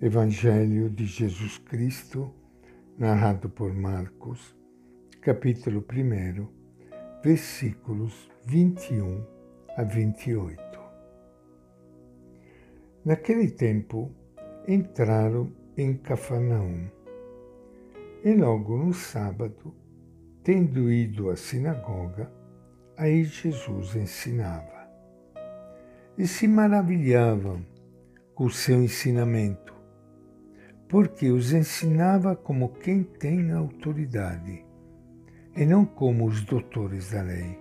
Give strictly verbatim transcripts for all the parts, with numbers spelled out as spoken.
Evangelho de Jesus Cristo, narrado por Marcos, capítulo primeiro, versículos vinte e um a vinte e oito. Naquele tempo, entraram em Cafarnaum, e logo no sábado, tendo ido à sinagoga, aí Jesus ensinava. E se maravilhavam com o seu ensinamento, porque os ensinava como quem tem autoridade, e não como os doutores da lei.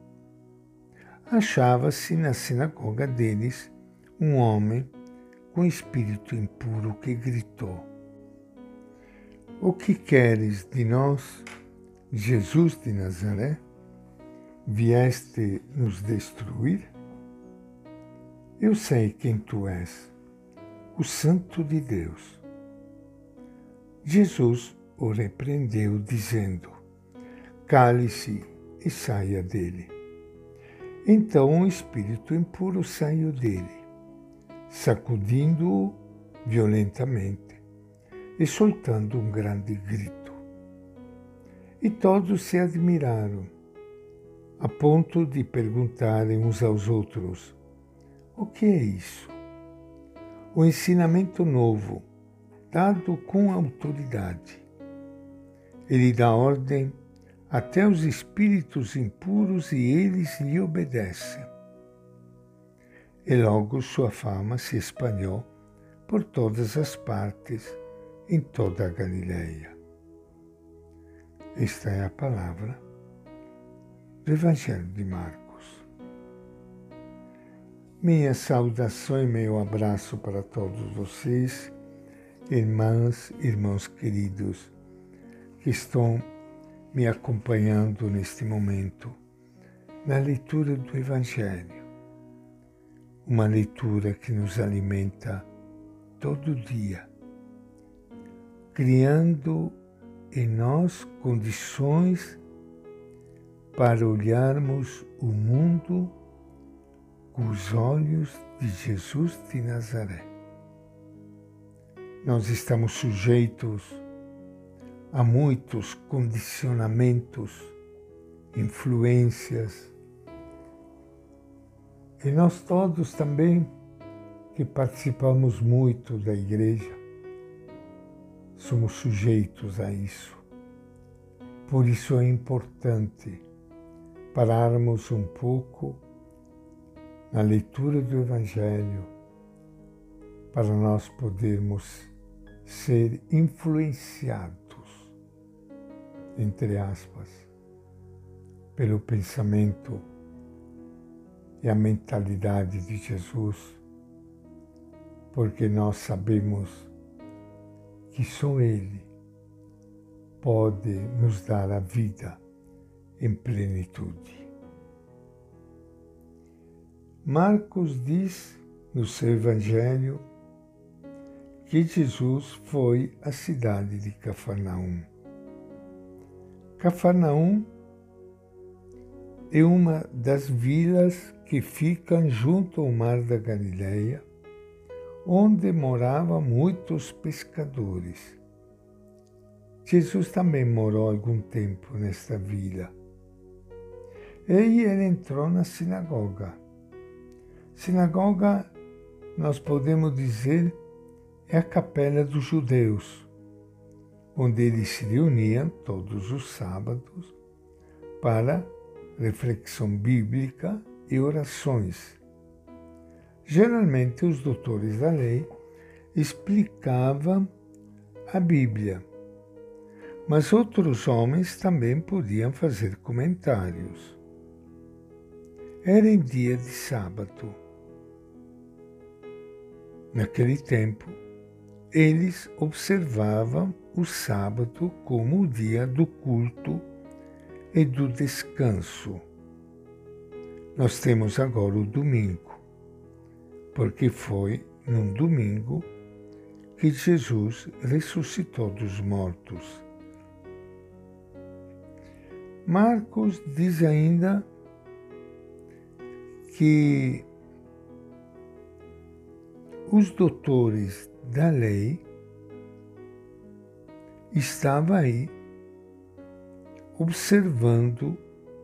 Achava-se na sinagoga deles um homem com espírito impuro que gritou: "O que queres de nós, Jesus de Nazaré? Vieste nos destruir? Eu sei quem tu és, o Santo de Deus." Jesus o repreendeu, dizendo: "Cale-se e saia dele." Então o espírito impuro saiu dele, sacudindo-o violentamente e soltando um grande grito. E todos se admiraram, a ponto de perguntarem uns aos outros: "O que é isso?" O ensinamento novo, dado com autoridade. Ele dá ordem até aos espíritos impuros e eles lhe obedecem. E logo sua fama se espalhou por todas as partes, em toda a Galileia. Esta é a palavra do Evangelho de Marcos. Minha saudação e meu abraço para todos vocês, irmãs, irmãos queridos, que estão me acompanhando neste momento na leitura do Evangelho. Uma leitura que nos alimenta todo dia, criando em nós condições para olharmos o mundo com os olhos de Jesus de Nazaré. Nós estamos sujeitos a muitos condicionamentos, influências, e nós todos também, que participamos muito da igreja, somos sujeitos a isso. Por isso é importante pararmos um pouco na leitura do Evangelho, para nós podermos ser influenciados, entre aspas, pelo pensamento e a mentalidade de Jesus, porque nós sabemos que só Ele pode nos dar a vida em plenitude. Marcos diz no seu Evangelho que Jesus foi à cidade de Cafarnaum. Cafarnaum é uma das vilas que ficam junto ao mar da Galileia, onde moravam muitos pescadores. Jesus também morou algum tempo nesta vila. E aí ele entrou na sinagoga. Sinagoga, nós podemos dizer, é a capela dos judeus, onde eles se reuniam todos os sábados para reflexão bíblica e orações. Geralmente os doutores da lei explicavam a Bíblia, mas outros homens também podiam fazer comentários. Era em dia de sábado. Naquele tempo, eles observavam o sábado como o dia do culto e do descanso. Nós temos agora o domingo, porque foi num domingo que Jesus ressuscitou dos mortos. Marcos diz ainda que os doutores da lei estava aí observando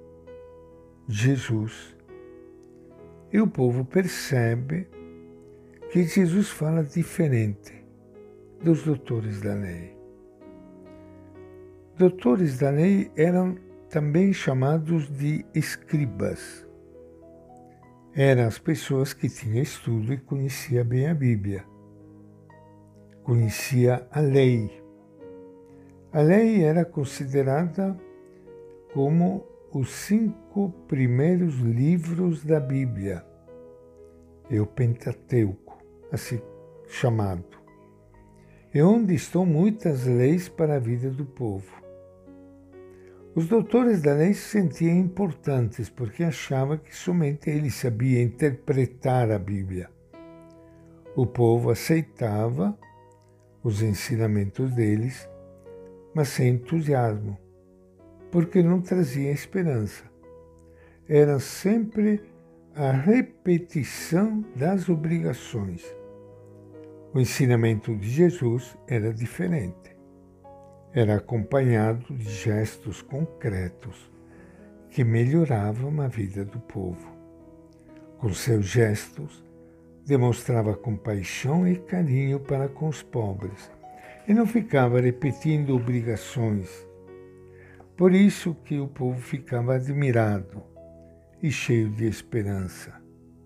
Jesus. E o povo percebe que Jesus fala diferente dos doutores da lei. Doutores da lei eram também chamados de escribas. Eram as pessoas que tinham estudo e conheciam bem a Bíblia. Conhecia a lei. A lei era considerada como os cinco primeiros livros da Bíblia, e o Pentateuco, assim chamado, e onde estão muitas leis para a vida do povo. Os doutores da lei se sentiam importantes porque achavam que somente eles sabiam interpretar a Bíblia. O povo aceitava os ensinamentos deles, mas sem entusiasmo, porque não trazia esperança. Era sempre a repetição das obrigações. O ensinamento de Jesus era diferente. Era acompanhado de gestos concretos que melhoravam a vida do povo. Com seus gestos, demonstrava compaixão e carinho para com os pobres e não ficava repetindo obrigações. Por isso que o povo ficava admirado e cheio de esperança.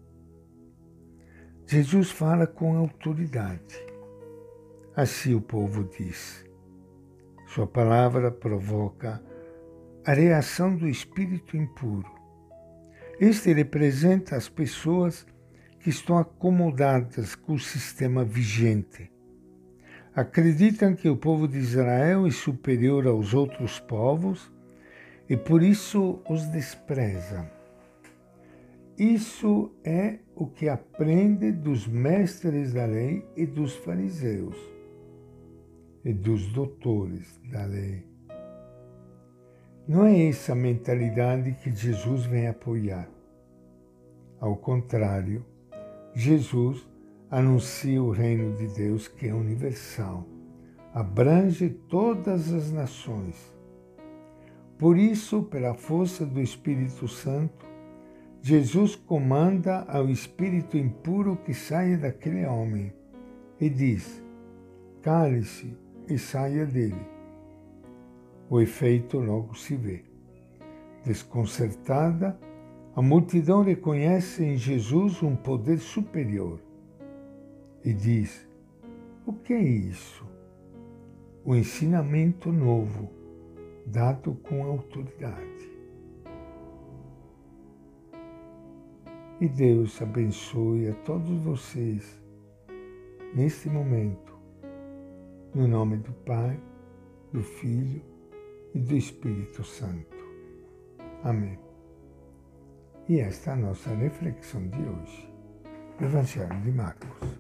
Jesus fala com autoridade. Assim o povo diz. Sua palavra provoca a reação do espírito impuro. Este representa as pessoas que estão acomodadas com o sistema vigente. Acreditam que o povo de Israel é superior aos outros povos e por isso os desprezam. Isso é o que aprende dos mestres da lei e dos fariseus e dos doutores da lei. Não é essa a mentalidade que Jesus vem apoiar. Ao contrário, Jesus anuncia o reino de Deus que é universal, abrange todas as nações. Por isso, pela força do Espírito Santo, Jesus comanda ao espírito impuro que saia daquele homem e diz: cale-se e saia dele. O efeito logo se vê. Desconcertada, a multidão reconhece em Jesus um poder superior e diz: o que é isso? O ensinamento novo, dado com autoridade. E Deus abençoe a todos vocês neste momento, no nome do Pai, do Filho e do Espírito Santo. Amém. E esta é a nossa reflexão de hoje. Evangelho de Marcos.